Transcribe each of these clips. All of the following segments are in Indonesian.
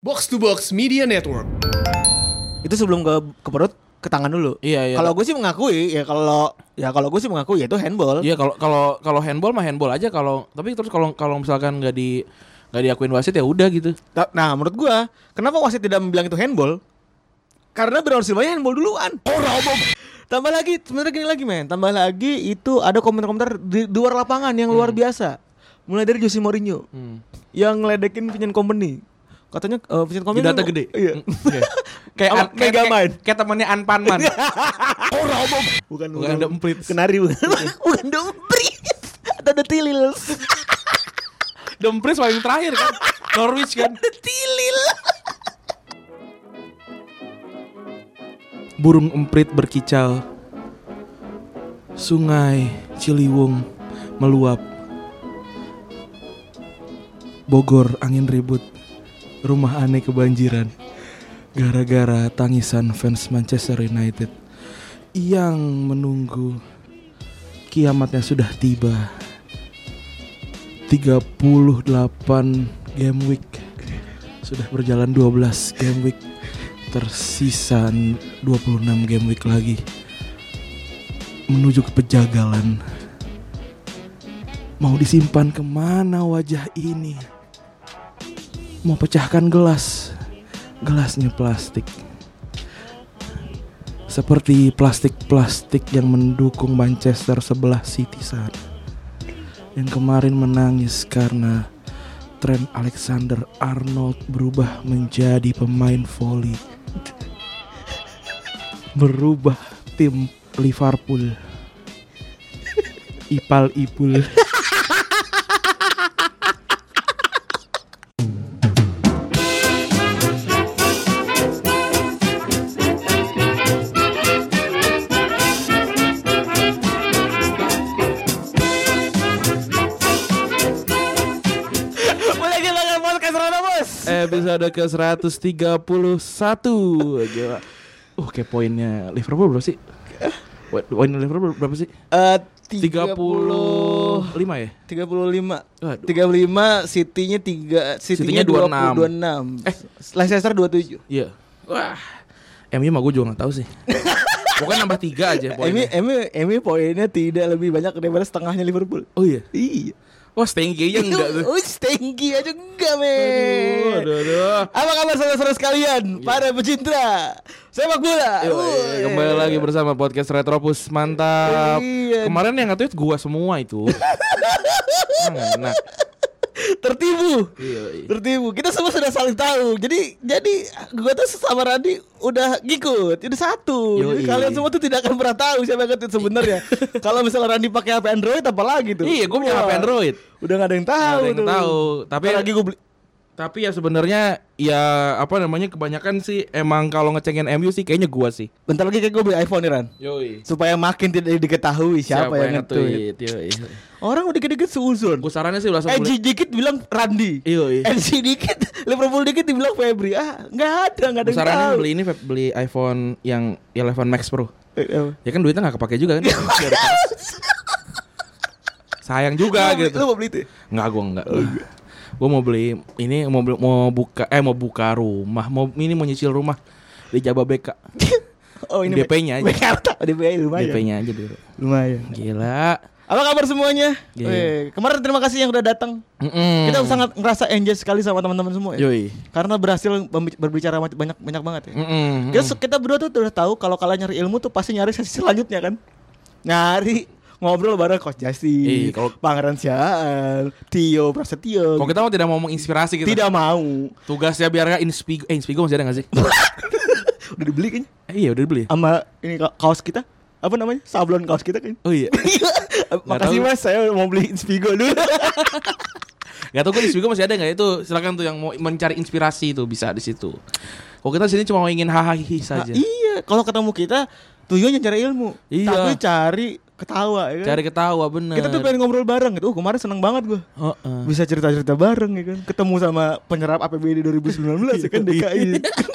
Box to Box Media Network. Itu sebelum ke perut, ke tangan dulu. Iya. Kalau gue sih mengakui kalau gue sih mengakui itu handball. Iya, kalau handball mah handball aja tapi terus kalau misalkan nggak diakuin wasit ya udah gitu. Nah, menurut gue, kenapa wasit tidak bilang itu handball? Karena Bernardo Silva handball duluan. Tambah lagi, sebenarnya gini lagi men. Tambah lagi itu ada komentar-komentar di luar lapangan yang luar biasa. Mulai dari Jose Mourinho yang ngeledekin Vincent Kompany. Katanya Vincent Kompany Data gede. Iya. Kayak Megamind. Kayak temannya Anpanman. Bukan Demprit. Kenari bukan. Bukan Demprit. Atau The Tilils. Demprit paling terakhir kan. Norwich kan. The Tilil. Burung emprit berkicau. Sungai Ciliwung meluap. Bogor angin ribut. Rumah aneh kebanjiran gara-gara tangisan fans Manchester United yang menunggu kiamatnya sudah tiba. 38 game week sudah berjalan, 12 game week tersisa 26 game week lagi menuju ke pejagalan. Mau disimpan kemana wajah ini? Mau pecahkan gelasnya plastik, seperti plastik yang mendukung Manchester sebelah City saat yang kemarin menangis karena Trent Alexander-Arnold berubah menjadi pemain voli, berubah tim Liverpool ipal-ipul. Episode ke-131. Gila. Kayak poinnya Liverpool berapa sih? Poinnya Liverpool berapa sih? 35 ya? 35. Waduh. 35, City-nya 26. Leicester 27. Iya. Wah. MU mah gue juga enggak tahu sih. Pokoknya nambah 3 aja poinnya. MU poinnya tidak lebih banyak daripada setengahnya Liverpool. Oh iya. Iya. Wah, Stengi aja enggak tuh. Stengi aja enggak, men. Aduh. Apa kabar saudara-saudara sekalian? Para pecinta sepak bola. Kembali lagi bersama podcast Retropus. Mantap. Iya. Kemarin yang nge-tweet gua semua itu. Enak. Tertibu. Tertibu. Kita semua sudah saling tahu. Jadi gua tuh sama Randi udah ngikut. Udah satu. Jadi kalian semua tuh tidak akan pernah tahu siapa yang nge-tweet sebenarnya. Kalau misalnya Randi pakai HP Android apalagi tuh. Iya, gua punya HP Android. Udah gak ada yang tahu. Tapi lagi gue beli. Tapi ya sebenarnya ya apa namanya kebanyakan sih emang kalau ngecengin MU sih kayaknya gua sih. Bentar lagi kayak gue beli iPhone nih Ran. Yoi. Supaya makin tidak diketahui siapa yang nge-tweet. Yoi. Orang udah dikit-dikit seuzon. Gua sarannya sih langsung NG dikit bilang Randi. Yoi. NG dikit Liverpool dikit dibilang Febri. Enggak ada yang tahu. Sarannya beli iPhone yang 11 Max Pro. Ya kan duitnya enggak kepake juga kan. Sayang juga gitu. Lu mau beli itu? Enggak, gua enggak. Gue mau beli ini mau buka rumah, mau nyicil rumah di Jababeka. Oh ini DP-nya aja. DP lumayan. DP-nya aja dulu. Lumayan. Gila. Apa kabar semuanya? Gila. Kemarin terima kasih yang udah datang. Kita sangat ngerasa enjoy sekali sama teman-teman semua ya. Yoi. Karena berhasil berbicara banyak banget ya. Kita berdua tuh udah tahu kalau kalian nyari ilmu tuh pasti nyari sesi selanjutnya kan. Nyari ngobrol bareng Coach Justin, Pangeran Siaan, Tio Prasetyo. Kalau kita mau tidak mau menginspirasi gitu. Tidak mau. Tugasnya biar Inspigo masih ada gak sih? Udah dibeli kayaknya. Iya udah dibeli. Sama ini kaos kita. Apa namanya? Sablon kaos kita kayaknya. Oh iya. Makasih Mas, saya mau beli Inspigo dulu. Gak tau gue Inspigo masih ada gak? Itu silakan tuh yang mau mencari inspirasi tuh bisa di situ. Kalau kita sini cuma ingin hahaha saja. Iya, kalau ketemu kita tujuannya cari ilmu. Iya. Tapi cari ketawa ya kan? Cari ketawa bener. Kita tuh pengen ngobrol bareng gitu. Kemarin seneng banget gue. Bisa cerita-cerita bareng ya kan. Ketemu sama penyerap APBD 2019 ya kan DKI.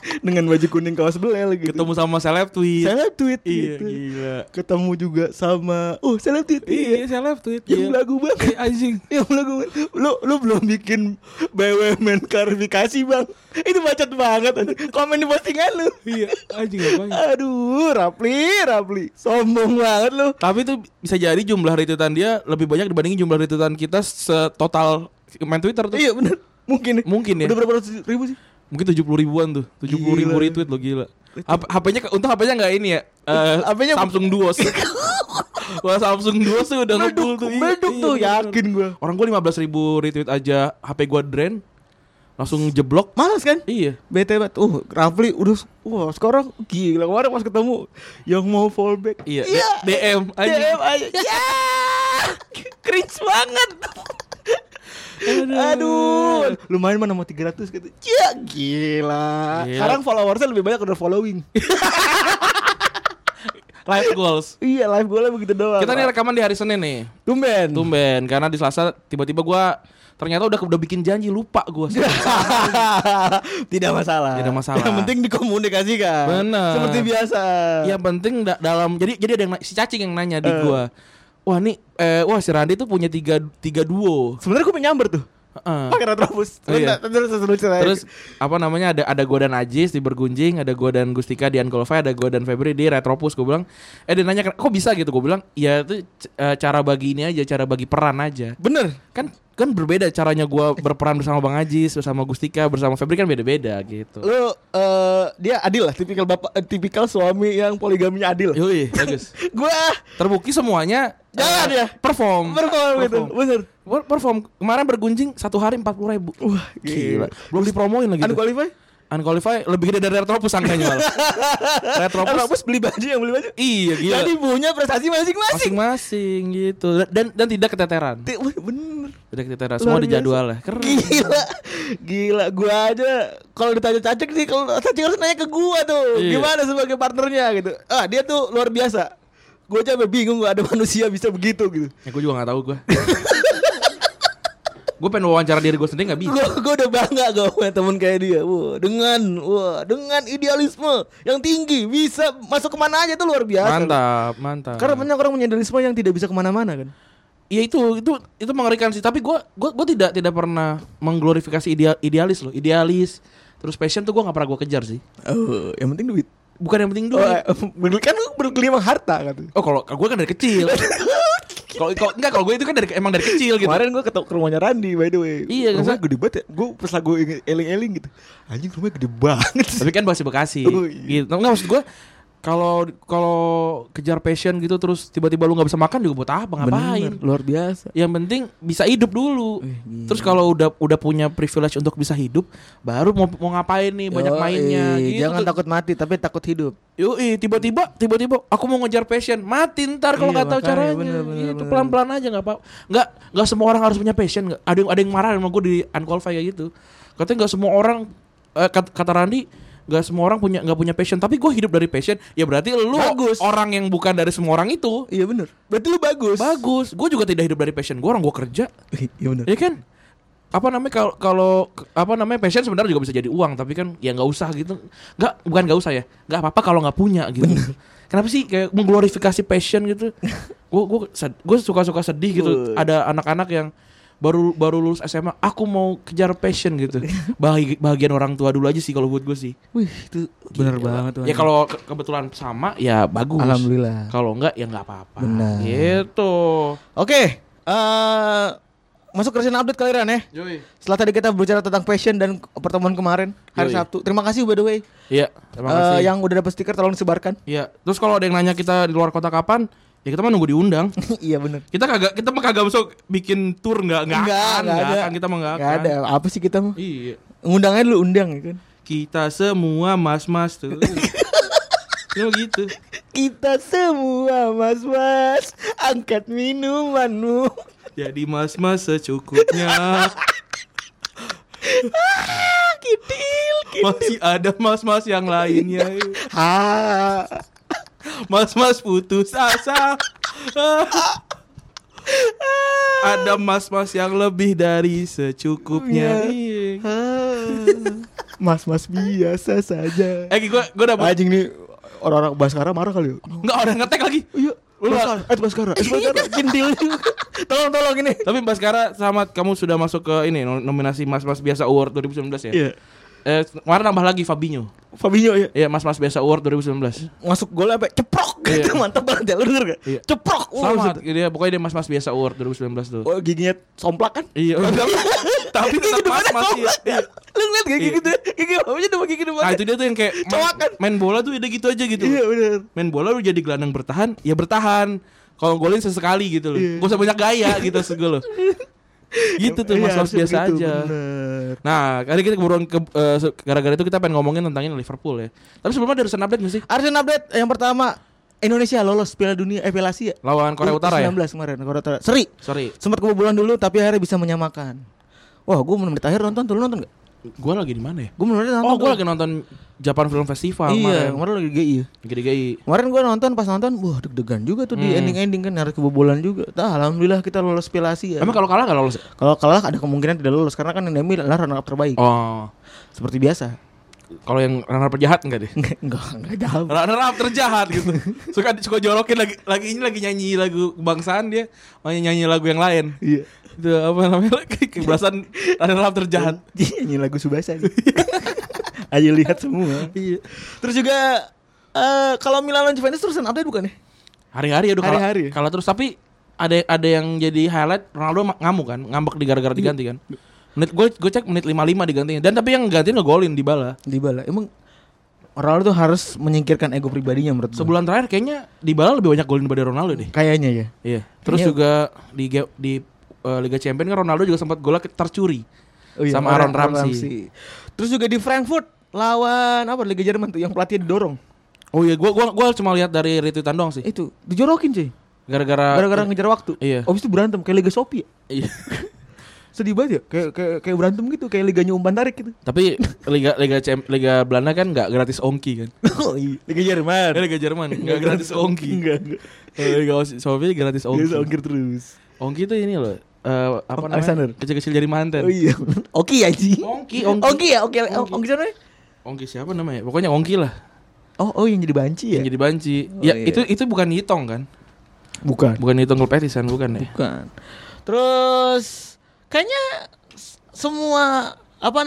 Dengan baju kuning kaos belel gitu. Ketemu sama seleb tweet. Seleb tweet Iya, gitu. gila. Ketemu juga sama seleb tweet. Iya, seleb tweet. Yang belagu banget. Anjing. Yang belagu banget. Lu belum bikin BUMN klarifikasi, Bang. Itu bacot banget anjing. Komen di postingan lu. Iya, anjing ngapain? Aduh, Rapli. Sombong banget lu. Tapi itu bisa jadi jumlah retweetan dia lebih banyak dibandingin jumlah retweetan kita setotal main Twitter tuh. Iya bener. Mungkin ya. Ya. Udah berapa ratus ribu sih? Mungkin 70 ribuan tuh. 70 ribu Gila. retweet lo, gila. HP-nya untung HP-nya enggak ini ya. HP-nya Samsung Duos. Wah, Samsung Duos tuh udah ngebul tuh. Meleduk tuh, Iya, yakin gua. orang gua 15 ribu retweet aja, HP gua drain. Langsung jeblok. Males kan? Iya. Bete banget. Rafli udah sekarang gila kemarin pas ketemu yang mau fallback. Iya. DM aja. DM aja. Ya. Cringe banget. Aduh. Lumayan mana mau 300 gitu. Ya gila. Sekarang followersnya lebih banyak udah following. Live goals. Iya, live goalnya begitu doang. Kita nih rekaman di hari Senin nih. Tumben karena di Selasa tiba-tiba gua ternyata udah bikin janji, lupa gua. Tidak masalah. Yang penting dikomunikasikan. Benar. Seperti biasa. Yang penting dalam jadi ada yang si Cacing yang nanya di gua. Wah nih si Randy tuh punya tiga duo. Sebenarnya gue nyamber tuh. Pakai Retropus. Iya. Terus apa namanya ada gua dan Ajis di Bergunjing, ada gua dan Gustika di Unqualified, ada gua dan Febri di Retropus. Gue bilang, dia nanya kok bisa gitu. Gue bilang, ya itu cara bagi ini aja, cara bagi peran aja. bener. Kan berbeda caranya gua berperan bersama Bang Ajis, bersama Gustika, bersama Febri kan beda-beda gitu. Lu dia adil lah, tipikal suami yang poligaminya adil. Yoi, bagus. Gua Terbukti semuanya jangan ya. perform Gitu. Bener. Perform kemarin Bergunjing 1 hari 40 ribu. Wah, Gila. Belum dipromoin lagi. Unqualified lebih gede dari Retropus angkanya malah. Retropus beli baju yang beli baju. Iya, gila. Jadi punya prestasi masing-masing. Masing-masing gitu. Dan tidak keteteran. Bener. Tidak keteteran. Semua di jadwal ya. Keren. Gila. Gua aja kalau ditanya Cacik nih, kalau Cacik harus nanya ke gua tuh. Iya. Gimana sebagai partnernya gitu. Dia tuh luar biasa. Gua aja bingung gak ada manusia bisa begitu gitu. Ya gue juga gak tahu gue. Gue pengen wawancara diri gue sendiri gak bisa. Gue udah bangga gue punya temen kayak dia. Dengan idealisme yang tinggi bisa masuk kemana aja tuh luar biasa. Mantap. Karena banyak orang punya idealisme yang tidak bisa kemana-mana kan. Iya itu mengerikan sih. Tapi gue tidak pernah mengglorifikasi idealis loh. Idealis terus passion tuh gue gak pernah gue kejar sih. Yang penting duit. Bukan yang penting duit. Kan lu berkelima harta kan. Kalau gue kan dari kecil. Kalau gue itu kan emang dari kecil gitu. Kemarin gue ke rumahnya Randy by the way. Iya, rumahnya gede banget ya. Gue pas lagu eling-eling gitu. Anjing rumahnya gede banget. Tapi kan masih Bekasi. Gitu. Nggak, maksud gue kalau kejar passion gitu terus tiba-tiba lu nggak bisa makan juga buat apa, ngapain? Bener, luar biasa. Yang penting bisa hidup dulu. Terus kalau udah punya privilege untuk bisa hidup, baru mau ngapain nih, banyak mainnya gitu. Jangan takut mati tapi takut hidup. Yoi, tiba-tiba aku mau ngejar passion, mati ntar kalau nggak tahu caranya. Itu pelan-pelan aja, nggak apa. Nggak semua orang harus punya passion. Ada yang marah sama gue di Unqualified kayak gitu. Katanya nggak semua orang, kata Randy, nggak semua orang nggak punya passion. Tapi gue hidup dari passion. Ya berarti lu bagus. Orang yang bukan dari semua orang itu. Iya benar. Berarti lu bagus. Gue juga tidak hidup dari passion gue. Orang gue kerja. Iya benar. Iya kan. Kalau passion sebenarnya juga bisa jadi uang, tapi kan ya nggak usah gitu. Bukan nggak usah ya, nggak apa-apa kalau nggak punya gitu. Kenapa sih kayak mengglorifikasi passion gitu? Gue suka sedih gitu. Ada anak-anak yang baru lulus SMA, aku mau kejar passion gitu. Bahagian orang tua dulu aja sih kalau buat gue sih. Wih, itu benar banget tuh. Ya kalau kebetulan sama ya bagus. Alhamdulillah. Kalau enggak ya nggak apa-apa. Benar. Gitu. Oke. Masuk ke recent update kalian ya. Yoi. Setelah tadi kita berbicara tentang passion dan pertemuan kemarin hari Sabtu. Terima kasih by the way. Iya, terima kasih. Yang udah dapat stiker tolong disebarkan. Iya. Terus kalau ada yang nanya kita di luar kota kapan, ya kita mah nunggu diundang. Iya benar. Kita mah kagak masuk bikin tour enggak akan kita mah enggak akan. Enggak ada. Apa sih kita mah? Iya. Ngundangnya dulu undang ya kan. Kita semua mas-mas tuh. Ya begitu. Kita semua mas-mas angkat minumanmu. Jadi mas-mas secukupnya. Kitil. Masih ada mas-mas yang lainnya. Mas-mas putus asa. Ada mas-mas yang lebih dari secukupnya. Mas-mas biasa saja. Gue dapet Anjing nih orang-orang Baskara marah kali ya. enggak orang ngetek lagi. Iya. Baskara. Cintil. Tolong ini. Tapi Baskara sama kamu sudah masuk ke ini nominasi Mas-mas Biasa Award 2019 ya. Iya. Kemarin nambah lagi Fabinho ya. Iya, Mas-mas Biasa Award 2019. Masuk gol sampai ceprok. Iya. Itu mantap banget ya. Lu denger gak? Iya. Ceprok. Selamat dia pokoknya dia Mas-mas Biasa Award 2019 tuh. Oh, giginya somplak kan? Iya. Tapi tetap Mas-mas ya. Lu ngeliat gak gitu? Gigi bapaknya udah gigi depannya. Nah itu dia tuh yang kayak Cowakan. main bola tuh udah gitu aja gitu. Iya benar. Main bola lu jadi gelandang bertahan, ya bertahan. Kalau golin sesekali gitu loh. Iya. Gak usah banyak gaya gitu sego loh. Gitu tuh Iya, Mas-mas biasa begitu, aja. Bener. Nah, kali kita keburuan gara-gara itu kita pengen ngomongin tentang ini Liverpool ya. Tapi sebelumnya ada recent update gak sih? Arsenal update yang pertama, Indonesia lolos Piala Dunia Piala Asia Lawan Korea Utara ya? 19 kemarin Korea Utara. Sorry. Sempat kebobolan dulu tapi akhirnya bisa menyamakan. Wah, gue menit akhir nonton tuh, lu nonton gak? Gue lagi di mana ya? Gue menit nonton. Oh, gue lagi nonton Japan Film Festival Iya, kemarin lagi GI. Gede-gede. Kemarin gue nonton, pas nonton, wah deg-degan juga tuh di ending-ending kan, harus kebobolan juga. Alhamdulillah kita lolos Piala Asia. Emang kalau kalah gak lolos? Kalau kalah ada kemungkinan tidak lolos karena kan Demi adalah runner up terbaik. Oh. Seperti biasa. Kalau yang runner up jahat enggak deh? Enggak jauh. Runner up terjahat gitu. Suka jorokin lagi nyanyi lagu kebangsaan dia, nyanyi lagu yang lain. Iya. Itu apa namanya? Kebelasan runner up terjahat. Nyanyi lagu Subasa. Ayo lihat semua. Iya. Terus juga kalau Milan lawan Juventus terusan update bukan ya? Hari-hari aduh Hari-hari. Kalau terus tapi ada yang jadi highlight Ronaldo ngamuk kan, ngambek di gara-gara diganti kan. Gue cek menit 55 digantinya. Dan tapi yang gantiin ngegolin Dybala. Emang Ronaldo tuh harus menyingkirkan ego pribadinya menurut gue. Sebulan terakhir kayaknya Dybala lebih banyak golin daripada Ronaldo deh. Kayaknya ya. Iya. Terus juga di Liga Champions kan Ronaldo juga sempat golnya tercuri. Oh iya, sama Aaron Ramsey. Terus juga di Frankfurt lawan apa Liga Jerman tuh yang pelatih didorong. Oh iya, gua cuma lihat dari retweetan doang sih. Itu dijorokin cuy. Gara-gara ngejar waktu. Iya. Habis itu berantem kayak Liga Shopee. Iya. Sedih banget ya, kayak berantem gitu, kayak liganya umpan tarik gitu. Tapi Liga Belanda kan enggak gratis ongki kan. Oh iya, Liga Jerman. Liga Jerman enggak gratis ongki. Enggak. Liga Shopee gratis ongki. Gratis ongkir terus. Ongki itu ini loh. Apa namanya? Alexander. Kecil-kecil jari manten. Oh iya. Oki aja. Ongki ya, Ongki sana. Ongki siapa namanya? Pokoknya Ongki lah. Oh yang jadi banci ya? Yang jadi banci. Oh, ya iya. itu bukan Yitong kan? Bukan Yitong Pelpetisan bukan ya? Bukan. Terus kayaknya semua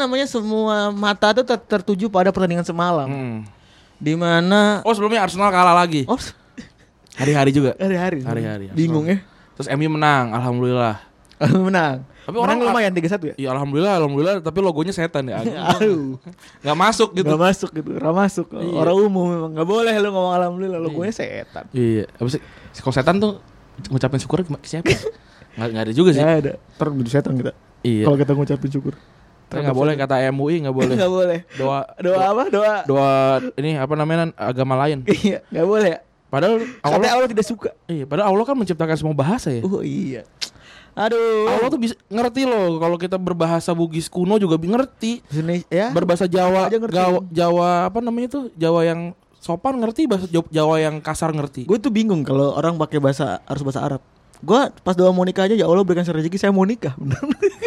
semua mata tuh tertuju pada pertandingan semalam. Di mana sebelumnya Arsenal kalah lagi. Oh, Hari-hari juga. Hari-hari. Bingung ya. Terus MU menang, alhamdulillah. Menang. Tapi menang orang lumayan 3-1 ya? Iya alhamdulillah, tapi logonya setan ya. Aduh. Gak masuk gitu. Gak masuk. Iya. Orang umum memang gak boleh lu ngomong alhamdulillah, logonya setan. Iya. Apa sih? Kalau setan tuh ngucapin syukur ke siapa? Gak ada juga sih. Gak ada. Ntar jadi setan kita. Iya. Kalau kita ngucapin syukur. Gak boleh kata MUI, gak boleh. Gak boleh. Doa apa? Doa ini apa namanya agama lain. Iya, gak boleh ya. Padahal Allah tidak suka. Iya, padahal Allah kan menciptakan semua bahasa ya. Oh iya. Aduh. Allah tuh bisa ngerti loh kalau kita berbahasa Bugis kuno juga ngerti. Ya. Berbahasa Jawa, aja ngerti. Jawa apa namanya tuh? Jawa yang sopan ngerti, bahasa Jawa yang kasar ngerti. Gue tuh bingung kalau orang pakai harus bahasa Arab. Gue pas doa mau nikah aja, ya Allah berikan rezeki saya mau nikah. Bener.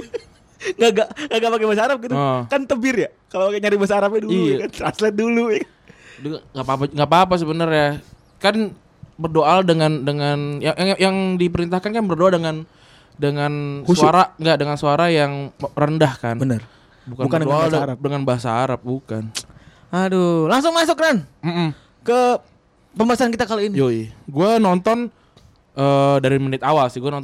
Gak pakai bahasa Arab gitu. Kan tebir ya. Kalau nyari bahasa Arabnya dulu, iya. kan translate dulu. Ya. Gak apa-apa sebenarnya. Kan berdoa dengan yang diperintahkan kan berdoa dengan Khusyuk. suara yang rendah kan. Bener. Bukan dengan bahasa Arab. Dengan bahasa Arab bukan. Aduh, langsung masuk Ran. Ke pembahasan kita kali ini. Yoi. Gue nonton dari menit awal sih. Gue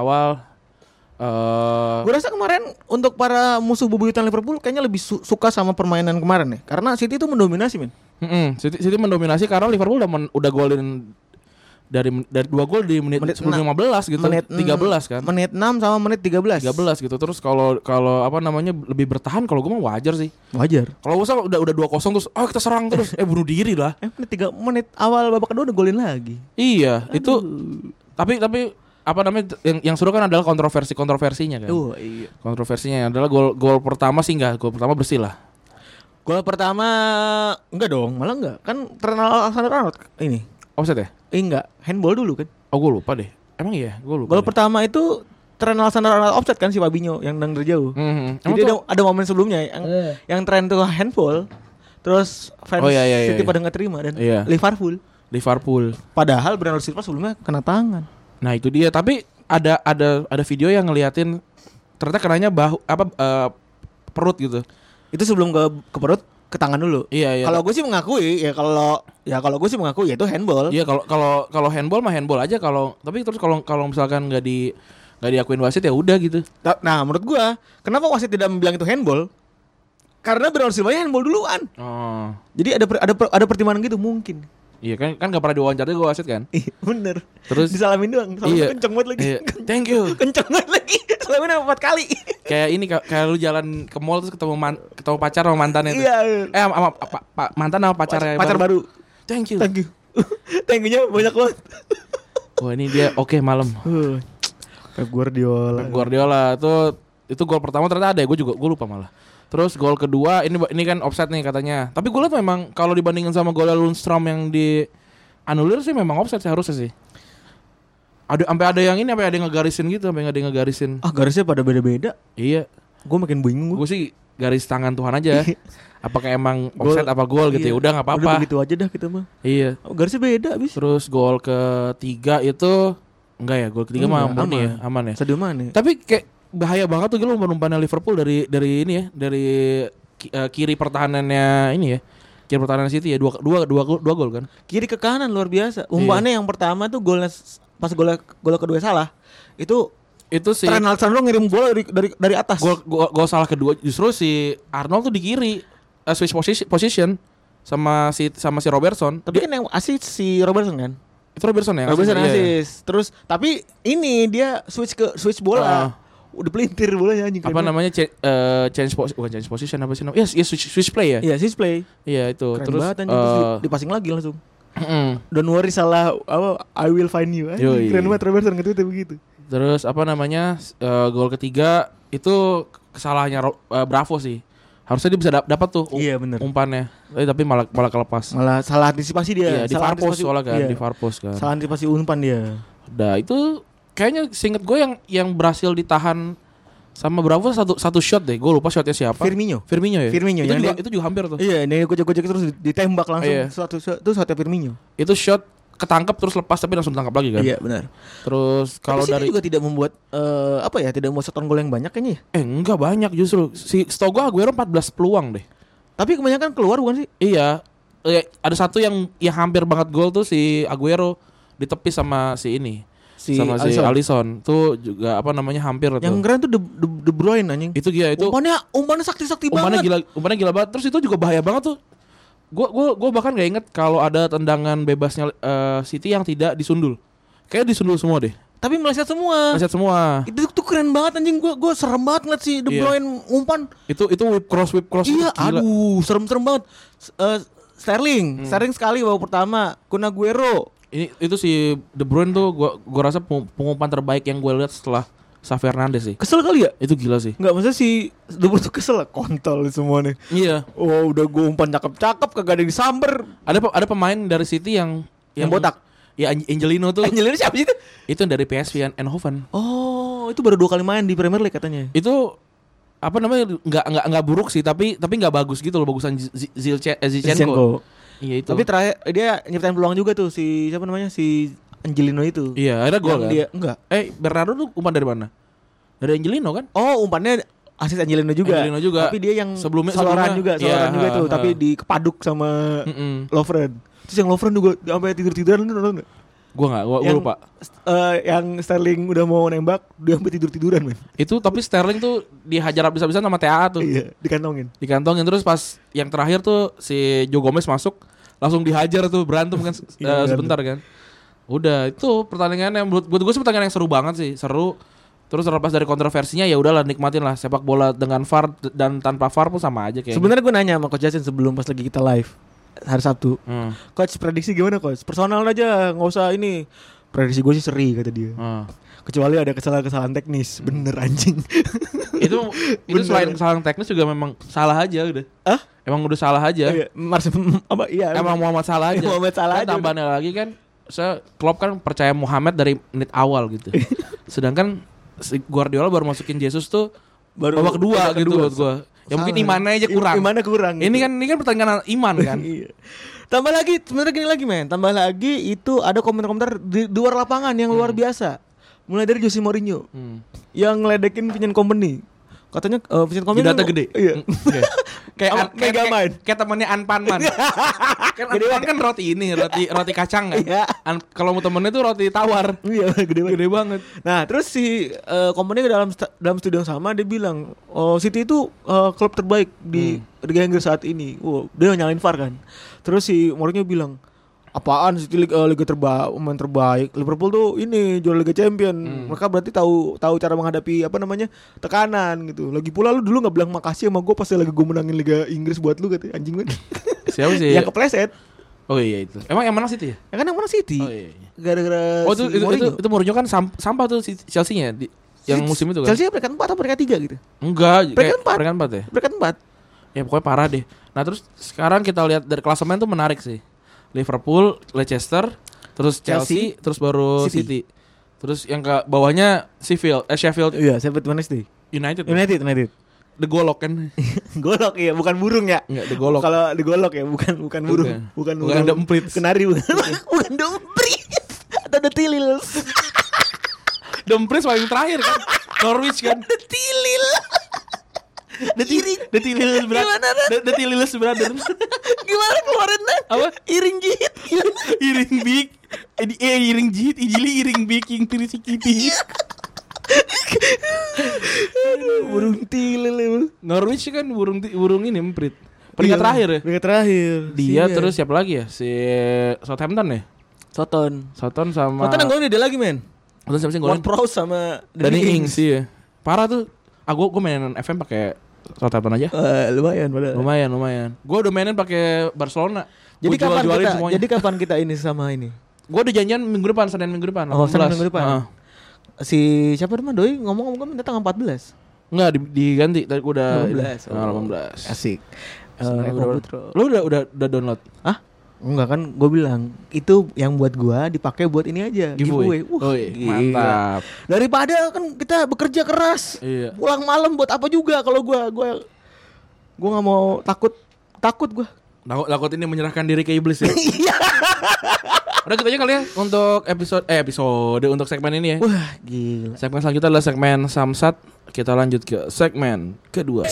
rasa kemarin untuk para musuh bebuyutan Liverpool kayaknya lebih suka sama permainan kemarin ya. Karena City itu mendominasi, men. City mendominasi karena Liverpool udah golin dari 2 gol di menit 15 gitu. Menit 13 kan. Menit 6 sama menit 13. 13 gitu. Terus kalau apa namanya lebih bertahan kalau gue mah wajar sih. Wajar. Kalau usah udah 2-0 terus kita serang terus bunuh diri lah. Menit awal babak kedua udah golin lagi. Iya, itu tapi apa namanya yang seru kan adalah kontroversinya kan. Iya. Kontroversinya adalah gol pertama sih enggak, gol pertama bersih lah. Gol pertama enggak dong, malah enggak. Kan Alexander ini. Offside ya? Enggak, handball dulu kan. Oh, gue lupa deh. Emang iya, gue lupa. Gol deh. pertama itu tren alasan offset kan si Fabinho yang nendang dari jauh. Jadi ada momen sebelumnya yang tren tuh handball. Terus fans City pada nggak terima dan Liverpool. Padahal Bernardo Silva sebelumnya kena tangan. Nah itu dia. Tapi ada video yang ngeliatin ternyata kenanya perut gitu. Itu sebelum ke perut, ke tangan dulu. Iya. Kalau gue sih mengakui kalau gue sih mengakui ya itu handball. Iya kalau handball mah handball aja tapi terus kalau misalkan nggak diakuin wasit ya udah gitu. Nah menurut gue kenapa wasit tidak bilang itu handball? Karena Bernardo Silva handball duluan. Oh. Jadi ada pertimbangan gitu mungkin. Iya kan nggak pernah diwawancara gue wasit kan? Iya bener. Terus disalamin doang. Kenceng banget lagi. Iya. Thank you. Kenceng banget lagi. Salamin 4 kali. Kayak ini kayak lu jalan ke mall terus ketemu pacar sama mantannya itu. Iya. Sama mantan sama pacarnya. Pacar baru. Thank you. Thank you-nya banyak banget. Wah ini dia oke malam. Pep Guardiola itu gol pertama ternyata ada ya, gue lupa malah. Terus gol kedua ini kan offside nih katanya. Tapi gue liat memang kalau dibandingin sama golnya Lundstrom yang di anulir sih memang offside seharusnya sih. Sampai ada yang ngegarisin gitu, garisnya pada beda-beda. Iya. Gue makin bingung. Gue sih garis tangan Tuhan aja. Apakah emang offside apa gol gitu ya? Udah enggak apa-apa. Udah begitu aja dah kita mah. Iya. Garisnya beda abis. Terus gol ketiga itu enggak ya? Gol ketiga mah aman ya. Sadio Mane. Tapi kayak bahaya banget tuh gitu umpan-umpannya Liverpool dari ini ya, dari kiri pertahanannya ini ya. Kiri pertahanan City ya, dua gol kan. Kiri ke kanan luar biasa. Umpannya yang pertama tuh golnya pas gol kedua salah. Itu sih Trent Alexander ngirim bola dari atas. Gol salah kedua justru si Arnold tuh di kiri. Switch position sama si Robertson. Tapi kan yang asis si Robertson kan? Itu Robertson ya? Robertson asis. Terus tapi ini dia switch bola. Udah pelintir bolanya anjing. Apa namanya change position apa sih namanya? Yes, switch play ya? Iya, switch play. Iya itu. Keren terus dipasing lagi langsung. Don't worry salah I will find you. Keren banget Robertson nge-tweet begitu. Terus apa namanya? Gol ketiga itu kesalahannya Bravo sih. Harusnya dia bisa dapat tuh umpannya. Tapi malah kelepas. Malah salah antisipasi dia. Iya, di far post soalnya kan, di far post kan. Salah antisipasi umpan dia. Udah itu kayaknya seinget gue yang berhasil ditahan sama Bravo satu shot deh. Gue lupa shotnya siapa. Firmino ya. Firmino itu juga hampir tuh. Iya, ini gojek terus ditembak langsung. Itu shotnya Firmino. Itu shot ketangkep terus lepas tapi langsung tangkap lagi kan. Iya benar. Terus kalau dari juga tidak membuat tidak membuat shot on goal yang banyak kayaknya ya. Enggak banyak justru. Setahu gue Aguero 14 peluang deh. Tapi kebanyakan keluar bukan sih? Iya. Ada satu yang brangkat banget gol tuh si Aguero ditepis sama si Alisson tuh juga hampir tuh. Yang keren tuh De Bruyne anjing. Itu gila itu. Umpannya sakti banget. Umpannya gila banget. Terus itu juga bahaya banget tuh. Gue bahkan gak inget kalau ada tendangan bebasnya City yang tidak disundul. Kayaknya disundul semua deh. Tapi meleset semua. Itu tuh keren banget anjing. Gue serem banget ngeliat si De Bruyne umpan. Itu whip cross. Iya, aduh, serem banget. Sterling sekali babak pertama. Kun Aguero. Itu si De Bruyne tuh gua rasa pengumpan terbaik yang gue lihat setelah Xavi Hernandez sih. Kesel kali ya? Itu gila sih. Enggak, maksudnya si De Bruyne tuh kesel lah, kontol semua nih. Iya. Oh, udah gue umpan cakep kagak ada yang disamber. Ada pemain dari City yang botak. Ya Angelino tuh. Angelino siapa sih itu? Itu dari PSV Eindhoven. Oh, itu baru 2 kali main di Premier League katanya. Itu apa namanya enggak buruk sih tapi enggak bagus gitu loh, bagusan Zinchenko. Iya itu. Tapi terakhir dia nyiptain peluang juga tuh si siapa namanya si Angelino itu. Iya, akhirnya gol kan. Dia enggak. Bernardo tuh umpan dari mana? Dari Angelino kan? Oh, umpannya asis Angelino juga. Tapi dia yang sebelumnya juga tuh, tapi dikepaduk sama Lovren. Terus yang Lovren juga sampai tidur-tiduran lu nonton enggak? Gua lupa. Yang Sterling udah mau nembak, dia sampai tidur-tiduran, men. Itu tapi Sterling tuh dihajar habis-habisan sama TAA tuh. Iya, dikantongin terus pas yang terakhir tuh si Joe Gomez masuk, langsung dihajar tuh, berantem kan sebentar kan. Udah, itu pertandingan yang buat gue sih pertandingan yang seru banget sih, seru. Terus terlepas dari kontroversinya ya udahlah nikmatin lah sepak bola dengan VAR dan tanpa VAR pun sama aja kayaknya. Sebenarnya gue nanya sama Coach Jason sebelum pas lagi kita live hari Sabtu. Coach prediksi gimana Coach? Personal aja, nggak usah ini. Prediksi gue sih seri kata dia. Kecuali ada kesalahan teknis. Bener anjing. itu selain kesalahan teknis juga memang salah aja udah. Emang udah salah aja. Emang Muhammad salah aja. Muhammad salah aja. Tambahannya lagi kan, Klopp kan percaya Muhammad dari menit awal gitu. Sedangkan Guardiola baru masukin Jesus tuh Baru babak kedua babak gitu kedua. buat gua. Ya mungkin imannya aja kurang. Imannya kurang. Ini kan pertandingan iman kan. Iya. Tambah lagi sebenarnya gini lagi men. Tambah lagi itu ada komentar-komentar di luar lapangan yang luar biasa. Mulai dari Jose Mourinho yang ngeledekin Vincent Kompany. Katanya Vincent Kompany Jidatnya gede. Iya. Kayak temannya Anpanman. Kan Anpan kan roti kacang kan. Iya. Kalau mau temennya tuh roti tawar. Iya, gede banget. Nah, terus si Kompany dalam studio yang sama dia bilang, City itu klub terbaik di Liga Inggris saat ini. Dia nyalain VAR kan. Terus si Mourinho bilang, apaan City Liga terbaik, pemain terbaik. Liverpool tuh ini juara Liga Champion. Mereka berarti tahu cara menghadapi tekanan gitu. Lagi pula lu dulu enggak bilang makasih sama gue pas lagi gue menangin Liga Inggris buat lu katanya. Anjing banget. Siapa sih? Yang kepleset. Oh iya itu. Emang yang mana City ya? Ya kan yang mana City? Oh iya. Gara-gara itu Mourinho kan sampah tuh Chelsea-nya yang musim itu kan. Chelsea peringkat 4 atau peringkat 3 gitu? Enggak, Peringkat 4 ya. Peringkat 4. Ya pokoknya parah deh. Nah, terus sekarang kita lihat dari klasemen tuh menarik sih. Liverpool, Leicester, terus Chelsea, terus baru City. Terus yang ke bawahnya Sheffield. Iya, Sheffield Wednesday. United. The Golok kan. Golok ya, bukan burung ya. Enggak, The Golok. Kalau The Golok ya, bukan burung. Bukan Demprit. Kenari bukan. Bukan Demprit. Atau The Tilils. Demprit paling terakhir kan. Norwich kan. The Tilil. The Tilils brother. Gimana keluarinnya? Apa? Iring jihit. Iring big. Iring jihit, iring baking tirisikiti. Burung tilil ya. Norwich kan burung ini emprit. Peringkat terakhir ya. Peringkat terakhir. Dia terus siapa lagi ya? Si Southampton ya? Southampton sama yang golin dia lagi men. Southampton siapa sih golin? Ward-Prowse sama Danny Ings sih ya. Parah tuh. Gue mainin FM pakai Southampton aja. Lumayan. Gue udah mainin pakai Barcelona. Jadi kapan kita ini sama ini? Gue udah janjian Senin minggu depan. Senin minggu depan. Si siapa namanya Doi ngomong-ngomong minta tanggal 14. Enggak diganti tadi udah 18. Asik. Lu udah download? Hah? Enggak kan gue bilang itu yang buat gue dipakai buat ini aja giveaway. Mantap. Daripada kan kita bekerja keras. Iya. Pulang malam buat apa juga kalau gue nggak mau takut gue. Takut ini menyerahkan diri ke iblis ya. Udah gitu aja kali ya untuk episode untuk segmen ini ya. Wah gila. Segmen selanjutnya adalah segmen Samsat. Kita lanjut ke segmen kedua.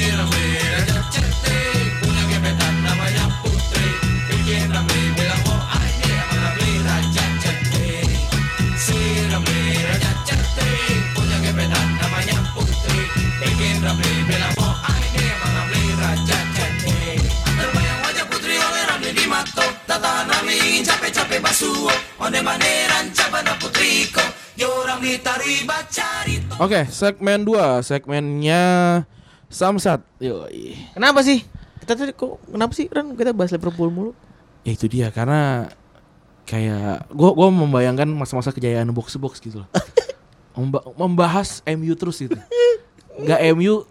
Oke, segmen 2, segmennya Samsat. Yoi. Kenapa sih? Kenapa sih Ran kita bahas Liverpool mulu? Ya itu dia karena kayak gue membayangkan masa-masa kejayaan box to box gitu loh. Membahas MU terus gitu. Enggak MU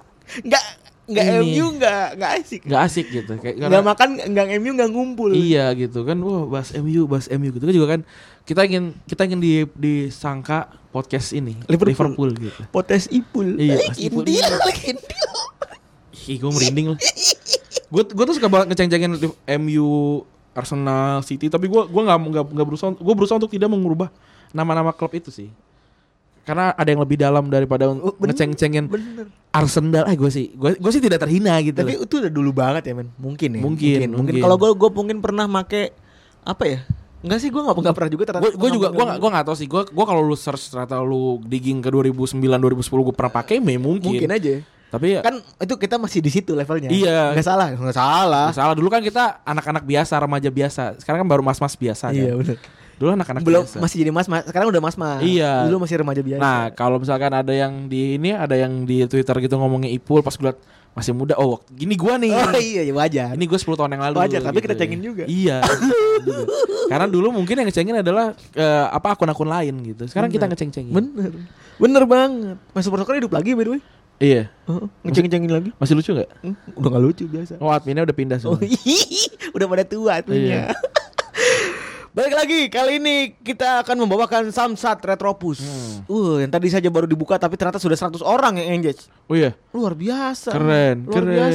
enggak asik gitu. Kayak enggak makan, enggak MU enggak ngumpul. Iya gitu kan. Wah, bahas MU gitu kan juga kan. Kita ingin disangka podcast ini Liverpool gitu. Podcast Ipul. Iya, Indil. Ih, gue merinding lah. Gue tuh suka banget ngeceng-cengin MU, Arsenal, City, tapi gue nggak berusaha untuk tidak mengubah nama-nama klub itu sih. Karena ada yang lebih dalam daripada ngeceng-cengin Arsenal. Gue sih tidak terhina gitu. Tapi itu udah dulu banget ya men. Mungkin. Mungkin. Kalau gue mungkin pernah make apa ya? Enggak sih, gue nggak pernah juga. Gue juga gue nggak tahu sih. Gue kalau lu search ternyata lu digging ke 2009 2010 gue pernah pakai, mungkin aja. Tapi kan itu kita masih di situ levelnya. Iya. Nggak salah. Dulu kan kita anak-anak biasa, remaja biasa. Sekarang kan baru mas-mas biasa. Iya kan? Benar. Dulu anak-anak belum biasa. Masih jadi mas. Sekarang udah mas. Iya. Dulu masih remaja biasa. Nah kalau misalkan ada yang di Twitter gitu ngomongin Ipul, pas gue liat masih muda. Oh gini gue nih. Oh iya wajar. Ini gue 10 tahun yang lalu. Wajar tapi gitu. kita cengin juga. Iya. Karena dulu mungkin yang ngecengin adalah akun-akun lain gitu. Sekarang kita ngeceng-cengin. Bener banget. Mas Super Soccer hidup lagi by the way. Iya. Ngeceng-cengin lagi. Masih lucu gak? Udah gak lucu biasa. Oh adminnya udah pindah semua. Udah pada tua adminnya. Iya. Balik lagi, kali ini kita akan membawakan Samsat Retropus. Yang tadi saja baru dibuka tapi ternyata sudah 100 orang yang engage. Oh iya. Luar biasa. Keren.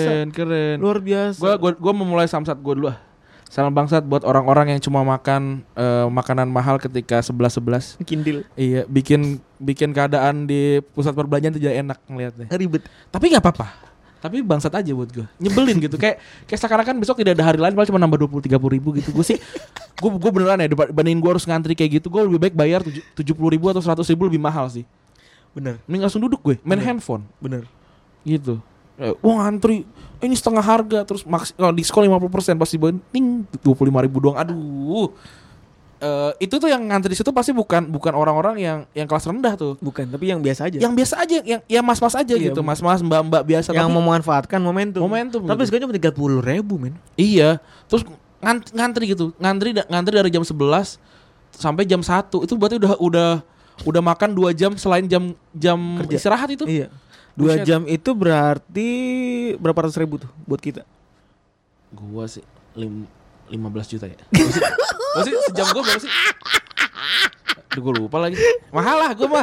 Luar biasa. Gua memulai Samsat gua dulu ah. Salam bangsat buat orang-orang yang cuma makan makanan mahal ketika 11.11. Kindil. Iya, bikin keadaan di pusat perbelanjaan tuh jadi enak ngeliatnya. Ribet. Tapi nggak apa-apa. Tapi bangsat aja buat gue. Nyebelin gitu. Kayak sekarang kan besok tidak ada hari lain, paling cuma nambah 20-30 ribu gitu. Gue sih gue beneran ya bandingin gue harus ngantri kayak gitu, gue lebih baik bayar 70 ribu atau 100 ribu lebih mahal sih. Bener. Mending langsung duduk gue main handphone. Bener. Gitu. Wah ngantri ini setengah harga, terus kalau diskon 50% pasti banting 25 ribu doang. Aduh. Itu tuh yang ngantri di situ pasti bukan orang-orang yang kelas rendah tuh. Bukan, tapi yang biasa aja. Yang biasa aja, yang mas-mas aja iya, gitu, mas-mas, mbak-mbak biasa. Yang tapi memanfaatkan momentum. Tapi gitu. sekarang cuma 30 ribu men. Iya, terus ngantri gitu, ngantri dari jam 11 sampai jam 1 itu berarti udah makan 2 jam selain jam kerja. Istirahat itu. Iya. 2 jam itu berarti berapa ratus ribu tuh buat kita? Gua sih 15 juta ya. Masih sejam gua berapa sih? Aduh, gua lupa lagi. Mahal lah gua mah.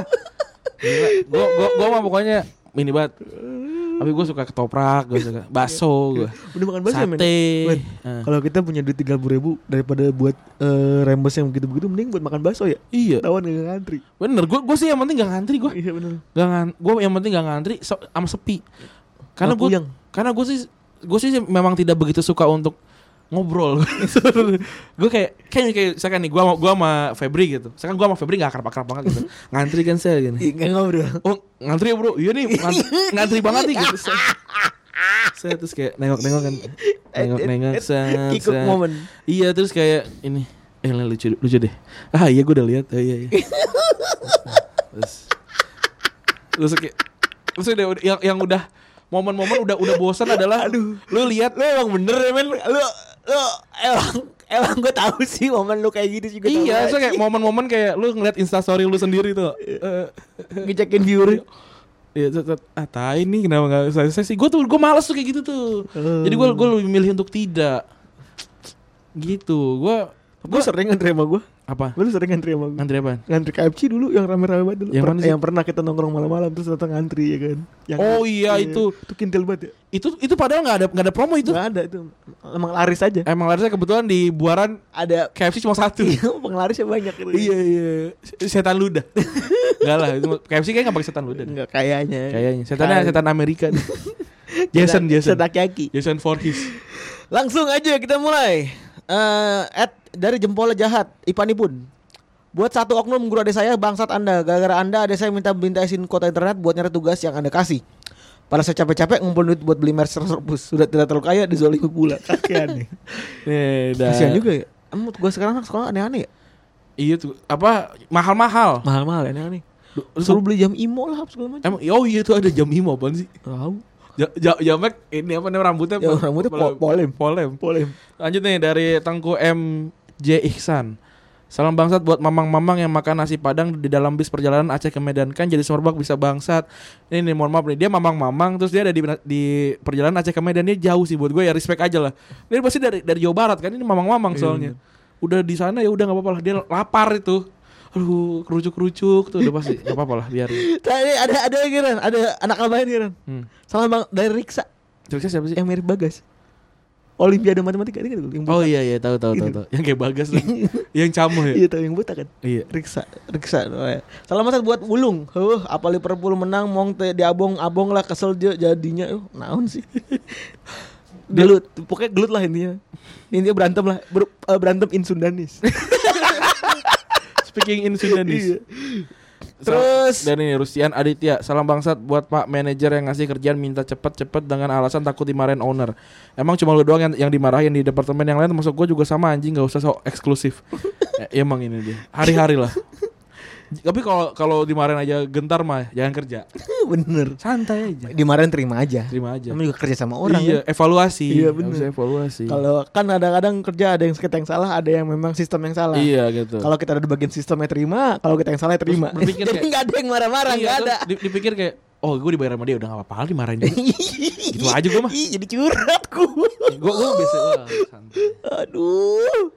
Gila. Gua mah pokoknya mini banget. Tapi gua suka ketoprak, gua suka bakso, gua. Udah makan bakso men. Kalau kita punya duit 30 ribu daripada buat rembes yang begitu-begitu, mending buat makan bakso ya. Iya. Tawan gak ngantri. Bener, gua sih yang penting gak ngantri gua. Iya bener. Gua yang penting gak ngantri sama sepi. Karena gua sih memang tidak begitu suka untuk ngobrol. Gue kayak misalkan nih gue sama Febri gitu. Misalkan gue sama Febri gak akrab-akrab banget gitu. Ngantri kan saya gini. Gak ngobrol. Oh ngantri ya bro. Iya nih ngantri banget nih gitu. Saya terus kayak nengok-nengok kan. Nengok-nengok Kikuk momen. Iya terus kayak ini lucu deh. Ah iya gue udah lihat. Iya. Terus kayak udah yang udah momen-momen udah bosan adalah lu lihat lu emang bener ya men. Lu emang gue tahu sih momen lu kayak gitu juga. Iya, so kayak momen-momen kayak lu ngeliat instastory lu sendiri tuh. Ngecekin viewer. Iya, tai nih kenapa enggak saya sih. Gue malas tuh kayak gitu tuh. Jadi gue lebih milih untuk tidak. Gitu. Gue sering ngantri sama gue. Apa? Gue sering ngantri sama gue. Ngantri apaan? Ngantri KFC dulu yang rame-rame banget dulu. Yang pernah kita nongkrong malam-malam terus datang ngantri ya kan. Iya itu kintil banget ya. Itu padahal enggak ada promo itu. Enggak ada itu. Emang laris aja. Emang larisnya kebetulan di Buaran ada KFC cuma 1. Iya, penglarisnya banyak gitu. Iya. Setan ludah. Enggak lah, itu KFC kayaknya enggak pakai setan ludah. Enggak kayaknya. Setannya setan Amerika. Jason Takyaki. Jason Voorhees. Langsung aja kita mulai. Dari jempolnya jahat Ipanipun. Buat satu oknum guru adik saya, bangsat Anda. Gara-gara Anda adik saya minta izin kuota internet buat nyari tugas yang Anda kasih. Padahal saya capek-capek ngumpul duit buat beli merch Retropus. Sudah tidak terlalu kaya, dizolimi pula. Kasian nih. Kasian juga ya. Emang gue sekarang sekolah aneh-aneh ya. Iya tuh, apa mahal-mahal aneh-aneh. Suruh beli jam IMO lah segala macam. Oh iya tuh ada jam IMO apaan sih? Tahu. Jamek ini apa namanya rambutnya? Ya, rambutnya polem. Lanjut nih dari Tengku MJ Ihsan. Salam bangsat buat mamang-mamang yang makan nasi padang di dalam bis perjalanan Aceh ke Medan. Kan jadi semerbak bisa bangsat. Ini nih mohon maaf nih, dia mamang-mamang terus dia ada di perjalanan Aceh ke Medan. Dia jauh sih buat gue ya, respect aja lah. Dia pasti dari Jawa Barat kan, ini mamang-mamang soalnya. Udah di sana ya udah enggak apa-apa lah, dia lapar itu. Aduh, kerucuk tuh udah pasti enggak apa-apa lah biar. Tadi ada lagi Ran, ada anak lain nih Ran. Salam bang dari Riksa. Riksa siapa sih? Yang mirip Bagas. Olimpiade matematika ini kan yang buta. Oh iya tahu. Yang kayak Bagas tuh. Yang camu ya. Iya tahu yang buta kan. Iya. Riksa. Selamat buat Wulung. Apa Liverpool menang mong teh diabong-abong lah kesel jadinya. Naon sih. Gelut, pokoknya gelut lah intinya. Intinya berantem lah, berantem in Sundanis. Speaking in Sundanis. Iya. Terus dan ini Rusian Aditya, salam bangsat buat Pak manajer yang ngasih kerjaan minta cepet-cepet dengan alasan takut dimarahin owner. Emang cuma lu doang yang dimarahin di departemen yang lain, masuk gua juga sama anjing, enggak usah sok eksklusif. Emang ini dia. Hari-hari lah. Tapi kalau dimarahin aja gentar mah jangan kerja. Bener. Santai aja. Dimarahin terima aja. Kamu juga kerja sama orang. Iya, kan? Evaluasi. Iya bener. Evaluasi. Kalau kan kadang-kadang kerja ada yang kita yang salah, ada yang memang sistem yang salah. Iya gitu. Kalau kita ada di bagian sistemnya terima, kalau kita yang salah terima. Jadi nggak ada yang marah-marah, nggak ada. Dipikir kayak, oh gue dibayar sama dia udah nggak apa-apa dimarahin dia. Gitu aja gue mah. Jadi curhat gue. Gue biasa santai.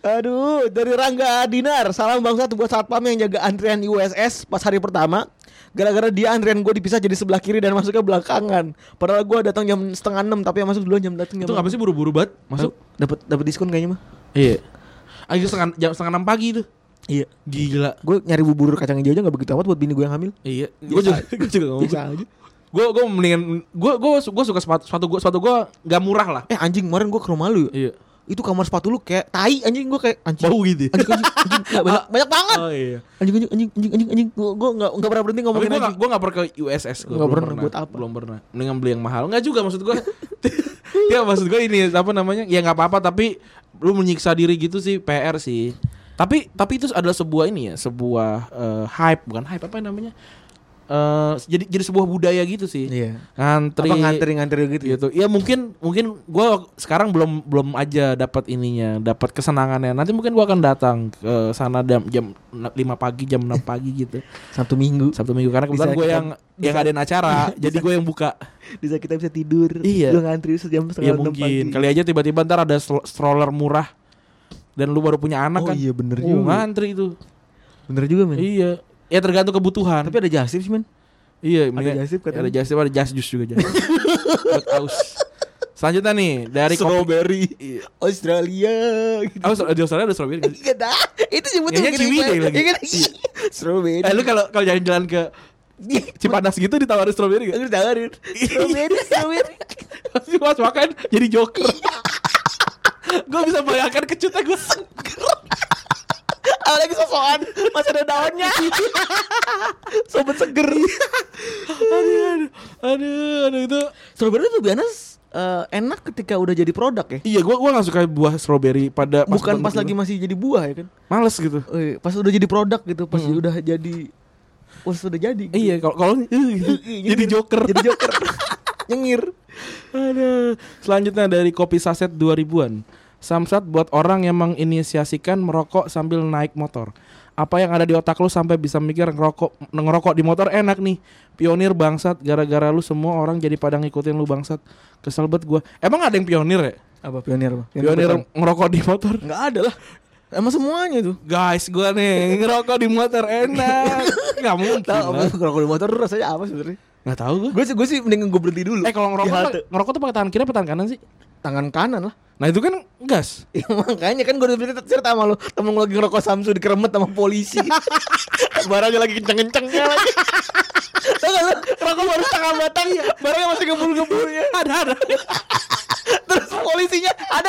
Aduh, dari Rangga Dinar. Salam bangsat buat satpam yang jaga antrian USS pas hari pertama. Gara-gara dia antrian gue dipisah jadi sebelah kiri dan masuknya belakangan. Padahal gue datang jam 5:30 tapi yang masuk duluan jam datang. Itu ngapa sih buru-buru banget masuk? Dapat diskon kayaknya mah. Iya. Ayo jam 5:30 pagi tuh. Iya. Gila. Gue nyari bubur kacang hijau aja gak begitu amat buat bini gue yang hamil. Iya. Gue juga ngomong aja. Gue mendingan gue suka sepatu gue nggak murah lah. Anjing kemarin gue ke rumah lu. Iya. Itu kamar sepatu lu kayak tai anjing, gue kayak anjing. Bau gitu. Anjing banyak banget. Oh iya. Anjing. Gue enggak pernah berhenti ngomongin anjing. Gue enggak pernah ke USS gue. Enggak pernah buat apa? Belum pernah. Mendingan beli yang mahal. Enggak juga maksud gue. Ya maksud gue ini apa namanya? Ya enggak apa-apa tapi lu menyiksa diri gitu sih PR sih. Tapi itu adalah sebuah ini ya, sebuah hype, bukan hype apa namanya? Jadi sebuah budaya gitu sih. Iya. Ngantri gitu. Ya mungkin gue sekarang belum aja dapat ininya, dapat kesenangannya. Nanti mungkin gue akan datang ke sana jam 5 pagi, jam 6 pagi gitu. Sabtu Minggu karena kebetulan gue yang ngadain acara, jadi gue yang buka. Bisa kita bisa tidur. Iya. Lu ngantri sejam setengah 6 pagi. Mungkin. Kali aja tiba-tiba ntar ada stroller murah dan lu baru punya anak kan. Oh iya bener juga. Ngantri itu. Bener juga men. Iya. Ya tergantung kebutuhan. Tapi ada jasip sih men. Iya, ada jasip katanya. Ada jasip, ada jas jus juga jas. Buat aus. Selanjutnya nih dari strawberry Australia. Gitu. Di Australia ada strawberry. Iya dah. Itu sebutnya Ciwidey lagi. Strawberry. Lu kalau jalan-jalan ke Cipanas gitu ditawarin strawberry gak? Ditawarin strawberry. Pasti pas makan jadi joker. Gue bisa bayangkan kecutnya gue seger. Apalagi sosokan masih ada daunnya. Sobat seger. Aduh itu. Strawberry tuh biasanya enak ketika udah jadi produk ya. Iya, gua enggak suka buah strawberry pada bukan pas lagi masih jadi buah ya kan. Males gitu. Pas udah jadi produk gitu, pas udah jadi sudah jadi. Gitu. Iya, kalau jadi joker. Jadi joker. Nyengir. Aduh. Selanjutnya dari kopi saset 2000-an. Samsat buat orang yang menginisiasikan merokok sambil naik motor. Apa yang ada di otak lu sampai bisa mikir ngerokok di motor enak nih. Pionir bangsat, gara-gara lu semua orang jadi pada ngikutin lu bangsat. Kesel banget gua. Emang ada yang pionir ya? Apa pionir? Pionir ngerokok di motor? Enggak ada lah. Emang semuanya itu. Guys, gua nih ngerokok di motor enak. Enggak mungkin. Tahu ngerokok di motor rasanya apa sebenarnya? Enggak tahu gua. Gue sih mending gue berhenti dulu. Kalau ngerokok tuh pakai tangan kiri apa tangan kanan sih? Tangan kanan lah. Nah itu kan gas. Ya, makanya kan gue udah cerita sama lu. Temen lu lagi ngerokok Samsu dikeremet sama polisi. Barangnya lagi kenceng-kencengnya lagi. Tau gak lu? Rokok baru setengah batang. Barangnya masih ngebul-ngebulnya. Ada. Terus polisinya ada.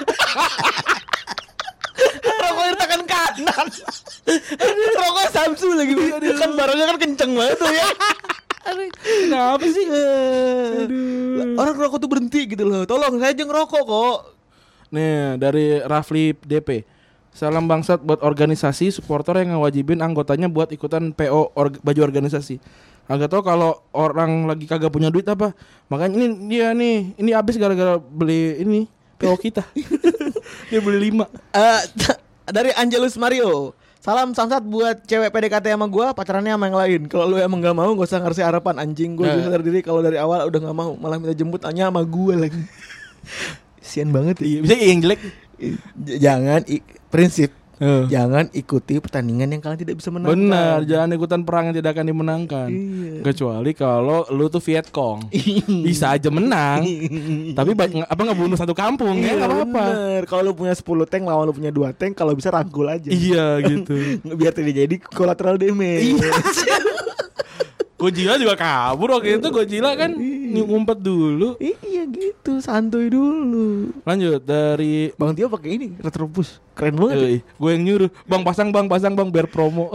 Rokok di tangan kanan. Rokok Samsu lagi. Kan barangnya kan kenceng banget tuh ya. Kenapa sih? Aduh. Orang ngerokok tuh berhenti gitu loh. Tolong saya aja ngerokok kok. Nih dari Rafli DP. Salam bangsat buat organisasi supporter yang ngewajibin anggotanya buat ikutan PO baju organisasi. Agak tau kalau orang lagi kagak punya duit apa. Makanya ini habis gara-gara beli ini PO kita. Dia beli 5. Dari Angelus Mario. Salam samsat buat cewek PDKT sama gue, pacarannya sama yang lain. Kalau lu emang gak mau gak usah ngasih harapan. Anjing, gue bisa sadar diri kalau dari awal udah gak mau, malah minta jemput hanya sama gue lagi. Sian banget ya. Bisa yang jelek. Jangan prinsip. Jangan ikuti pertandingan yang kalian tidak bisa menangkan. Benar, jangan ikutan perang yang tidak akan dimenangkan. Iya. Kecuali kalau lu tuh Vietcong. Bisa aja menang. Tapi ngebunuh satu kampung ya enggak apa-apa. Kalau lu punya 10 tank lawan lu punya 2 tank, kalau bisa rangkul aja. Iya gitu. Biar tidak jadi collateral damage. Godzilla juga kabur waktu itu. Godzilla kan ngumpet dulu. Iya gitu, santuy dulu. Lanjut dari Bang Tio pakai ini Retrobus. Keren banget. Gue yang nyuruh. Bang pasang bang biar promo.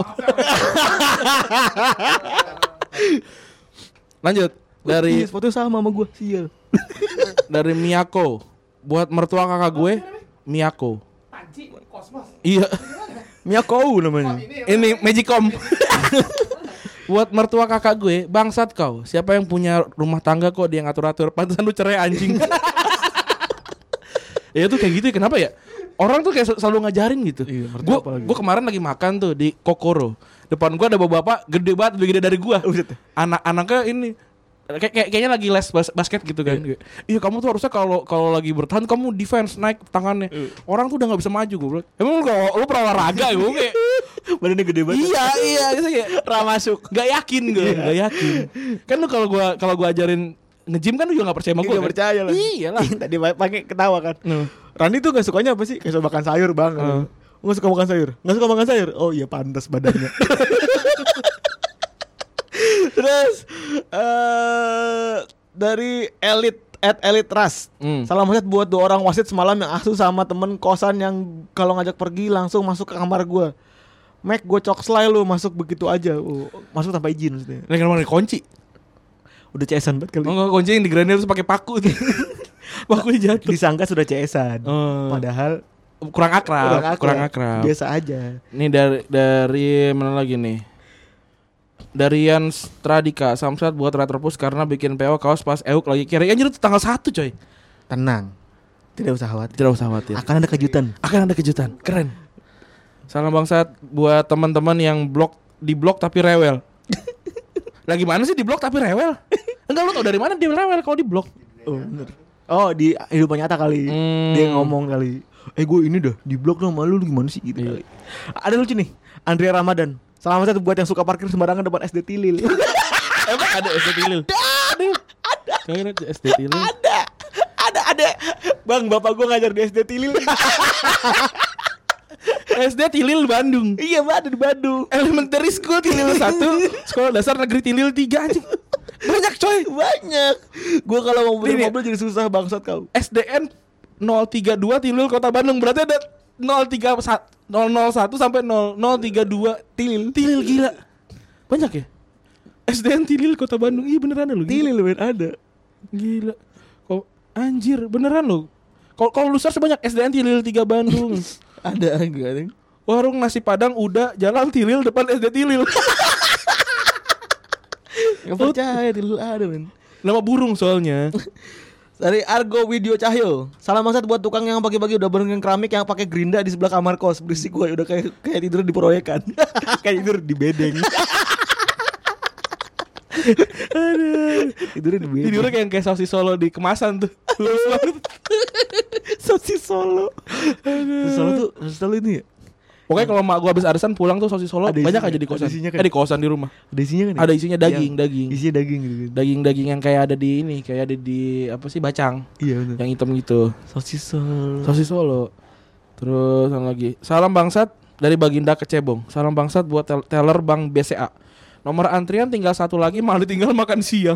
Lanjut dari foto sama gue. Sial. Dari Miyako. Buat mertua kakak gue, Miyako. Panci Kosmos. Iya. Miyako namanya. Ini Magicom. Buat mertua kakak gue, bangsat kau. Siapa yang punya rumah tangga kok dia ngatur-atur. Pantesan lu cerai anjing. Ya tuh kayak gitu ya. Kenapa ya? Orang tuh kayak selalu ngajarin gitu. Iya, Gue kemarin lagi makan tuh di Kokoro. Depan gue ada bapak-bapak gede banget, lebih gede dari gue. Anak-anaknya ini Kayaknya lagi les basket gitu kan. Iya, kamu tuh harusnya kalau lagi bertahan kamu defense naik tangannya. Orang tuh udah enggak bisa maju gue bilang. Emang lu pernah olahraga gue kayak badannya gede banget. Iya, gitu kayak Masuk. Enggak yakin gue, enggak yakin. Kan lu kalau gua ajarin nge-gym kan lu juga enggak percaya sama gue. Enggak percaya lah. Iyalah. Tadi pakai ketawa kan. Randy tuh enggak sukanya apa sih? Kayak suka makan sayur bang. Enggak suka makan sayur. Enggak suka makan sayur. Oh iya pantas badannya. Terus dari Elite Trust. Salam wasit buat 2 orang wasit semalam yang asuh sama temen kosan yang kalau ngajak pergi langsung masuk ke kamar gue. Mac gue cokslay lu masuk begitu aja. Masuk tanpa izin maksudnya. Lagi ngomongin kunci. Udah CS-an banget kali. Enggak, kunci yang digranir terus pakai paku tuh. Pakunya jatuh. Disangka sudah CS-an. Padahal kurang akrab. Biasa aja. Nih dari mana lagi nih? Dari Yan Stradika, Samsat buat Retropus karena bikin PO kaos pas Euk lagi kira. Anjir itu tanggal 1 coy. Tenang. Tidak usah khawatir. Akan ada kejutan. Keren. Salam bangsat buat teman-teman yang di blok tapi rewel. Lagi mana sih di blok tapi rewel? Enggak, lu tau dari mana dia rewel kalau di blok? Oh bener. Oh di hidup nyata kali. Dia ngomong kali. Gue ini dah di blok sama lu gimana sih gitu kali. Ada lucu nih. Andrea Ramadan. Salam satu buat yang suka parkir sembarangan depan SD Tilil. Emang ada SD Tilil? Ada. Kayaknya SD Tilil. Ada. Bang, bapak gue ngajar di SD Tilil. SD Tilil Bandung. Iya, ada di Bandung. Elementary School Tilil 1, Sekolah Dasar Negeri Tilil 3 anjing. Banyak coy. Banyak. Gue kalau mau beli mobil jadi susah bangsat kau. SDN 032 Tilil Kota Bandung. Berarti ada 001 sampai 0032 Tilil gila. Banyak ya? SDN Tilil Kota Bandung. Iya beneran ada lu. Tilil ada. Gila. Kok anjir beneran lu. Kalau lu search banyak SDN Tilil 3 Bandung. Ada enggak? Warung nasi Padang udah jalan Tilil depan SD Tilil. Enggak percaya Tilil ada men. Nama burung soalnya. Dari Argo Video Cahyo. Salam bangsat buat tukang yang pagi-pagi udah benerin keramik yang pakai gerinda di sebelah kamar kos. Berisik gue udah kayak tidur di proyekan. Kayak tidur di bedeng. Aduh, tidurnya di bedeng. Tidurnya kayak sosis Solo di kemasan tuh. Lurus banget. Sosis Solo. Sosis Solo tuh sosis Solo ini ya. Pokoknya kalau mak gua habis arisan pulang tuh sosis Solo banyak aja di kosan. Kan? Di kosan di rumah. Ada isinya kan? Ada isinya daging. Isinya daging gitu. Daging yang kayak ada di ini, kayak ada di apa sih bacang. Iya benar. Yang hitam gitu. Sosis Solo. Terus yang lagi. Salam bangsat dari Baginda Kecebong. Salam bangsat buat teller Bank BCA. Nomor antrian tinggal 1 lagi, malah ditinggal makan siang.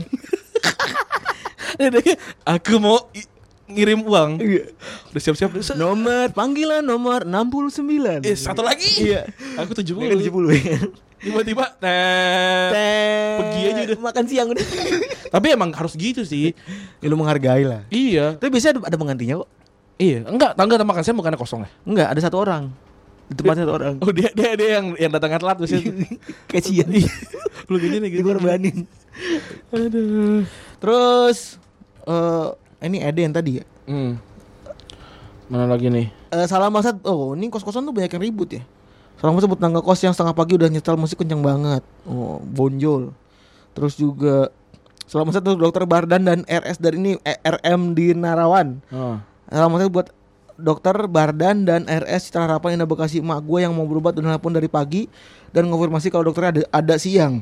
Aku mau ngirim uang. Udah siap-siap. Panggilan nomor 69. 1 lagi. Iya. Aku 70. Tiba-tiba pergi aja udah makan siang udah. Tapi emang harus gitu sih. Ya, lu menghargai lah. Iya. Tapi biasanya ada penggantinya kok. Iya. Enggak, tangga makan siang bukannya kosong ya? Enggak, ada 1 orang. Di tempat 1 orang. Oh dia yang datang telat biasanya. Kasian. Lu gini nih dikorbanin. Aduh. Terus ini Ede yang tadi ya. Mana lagi nih? Salam bangsat. Oh, ini kos-kosan tuh banyak yang ribut ya. Salam bangsat buat tangga kos yang setengah pagi udah nyetel musik kencang banget. Oh, bonjol. Terus juga salam bangsat untuk Dokter Bardan dan RS dari ini RM di Narawan. Salam bangsat buat Dokter Bardan dan RS Citra Harapan Indah Bekasi, emak gue yang mau berobat dan telepon dari pagi dan konfirmasi kalau dokternya ada siang.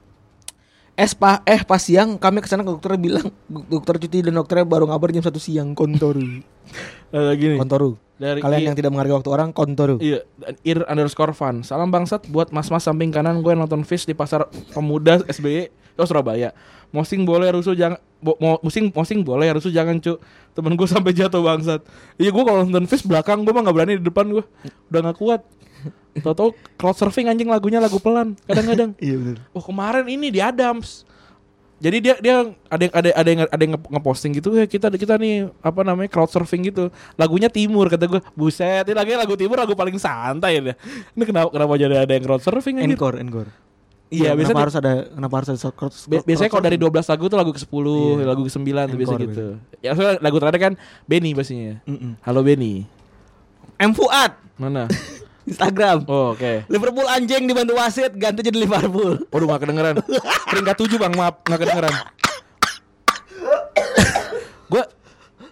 Pas siang kami kesana ke dokter bilang dokter cuti dan dokternya baru ngabar jam 1 siang. Kontoru. Lagi nih. Kontoru. Dari kalian yang tidak menghargai waktu orang kontoru. Iya. Ir_fun. Salam bangsat buat mas-mas samping kanan gue nonton Fish di Pasar Pemuda SBY Surabaya. Mosing boleh rusuh jangan mosing boleh rusuh jangan cu. Temen gue sampai jatuh bangsat. Iya gue kalau nonton Fish belakang gue mah nggak berani di depan gue. Udah nggak kuat. Tau-tau crowd surfing anjing lagunya lagu pelan kadang-kadang. Iya benar. Oh kemarin ini di Adams. Jadi dia ada yang ngeposting gitu ya kita nih apa namanya crowd surfing gitu. Lagunya Timur kata gue. Buset, ini lagu Timur lagu paling santai ya. Ini kenapa jadi ada yang crowd surfing aja? Encore. Iya, kenapa harus ada biasanya kalau dari 12 lagu tuh lagu ke-10, lagu ke-9 tuh biasa gitu. Ya soalnya lagu terakhir kan Benny pastinya. Halo Benny. M Fuad. Mana? Instagram. Oh, oke. Liverpool anjing dibantu wasit ganti jadi Liverpool. Waduh, enggak kedengeran. Peringkat 7 Bang, maaf, enggak kedengeran.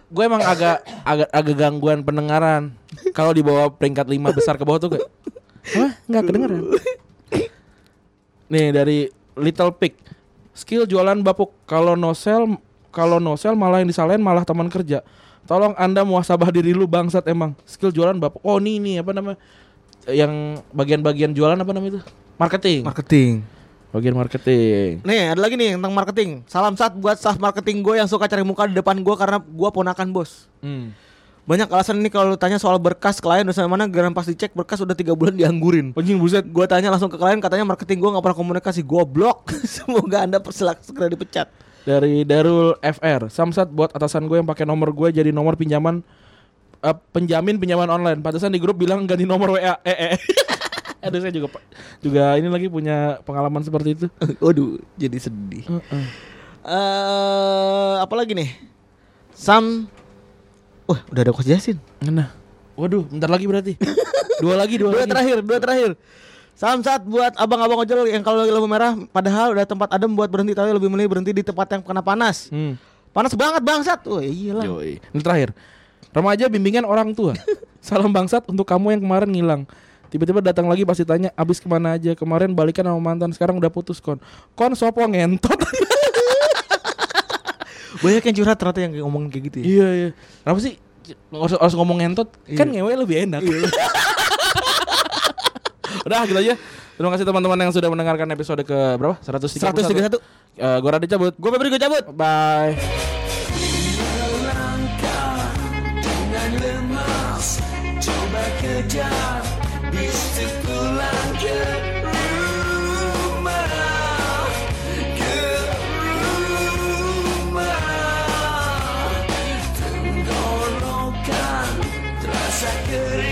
gue emang agak gangguan pendengaran. Kalau di bawah peringkat 5 besar ke bawah tuh kayak wah, enggak kedengeran. Nih dari Little Pig. Skill jualan bapuk. Kalau no sell malah yang disalahin malah teman kerja. Tolong Anda muhasabah diri lu bangsat emang. Skill jualan bapuk. Oh, nih apa namanya? Yang bagian-bagian jualan apa namanya itu? Marketing. Bagian marketing. Nih ada lagi nih tentang marketing. Salam sat buat staff marketing gue yang suka cari muka di depan gue karena gue ponakan bos. Banyak alasan ini kalau lu tanya soal berkas klien udah sampai mana, giliran pas dicek berkas udah 3 bulan dianggurin. Anjing buset. Gue tanya langsung ke klien, katanya marketing gue gak pernah komunikasi. Goblok. Semoga Anda segera dipecat. Dari Darul FR. Samsat buat atasan gue yang pakai nomor gue jadi nomor pinjaman penjamin pinjaman online. Pantesan di grup bilang ganti nomor WA. Aduh, saya juga ini lagi punya pengalaman seperti itu. Waduh, jadi sedih. Apa lagi nih? Wah, udah ada Coach Jasin. Nah. Waduh, bentar lagi berarti. Dua lagi. Dua terakhir. Salam saat buat abang-abang ojol yang kalau lagi lampu merah padahal udah tempat adem buat berhenti tapi lebih milih berhenti di tempat yang kena panas. Panas banget bangsat. Oh iyalah. Yoi. Ini terakhir. Remaja bimbingan orang tua. Salam bangsat untuk kamu yang kemarin ngilang. Tiba-tiba datang lagi pasti tanya abis kemana aja. Kemarin balikan sama mantan, sekarang udah putus kon sopo ngentot. Banyak yang curhat ternyata yang ngomongin kayak gitu ya. Iya. Kenapa sih harus ngomong ngentot? Kan ngewe lebih enak. Udah gitu aja. Terima kasih teman-teman yang sudah mendengarkan episode ke berapa? 131. Gue Radit cabut. Gue Febri gue cabut. Bye. Coba kejar bis pulang ke rumah, tenggorokan terasa kering.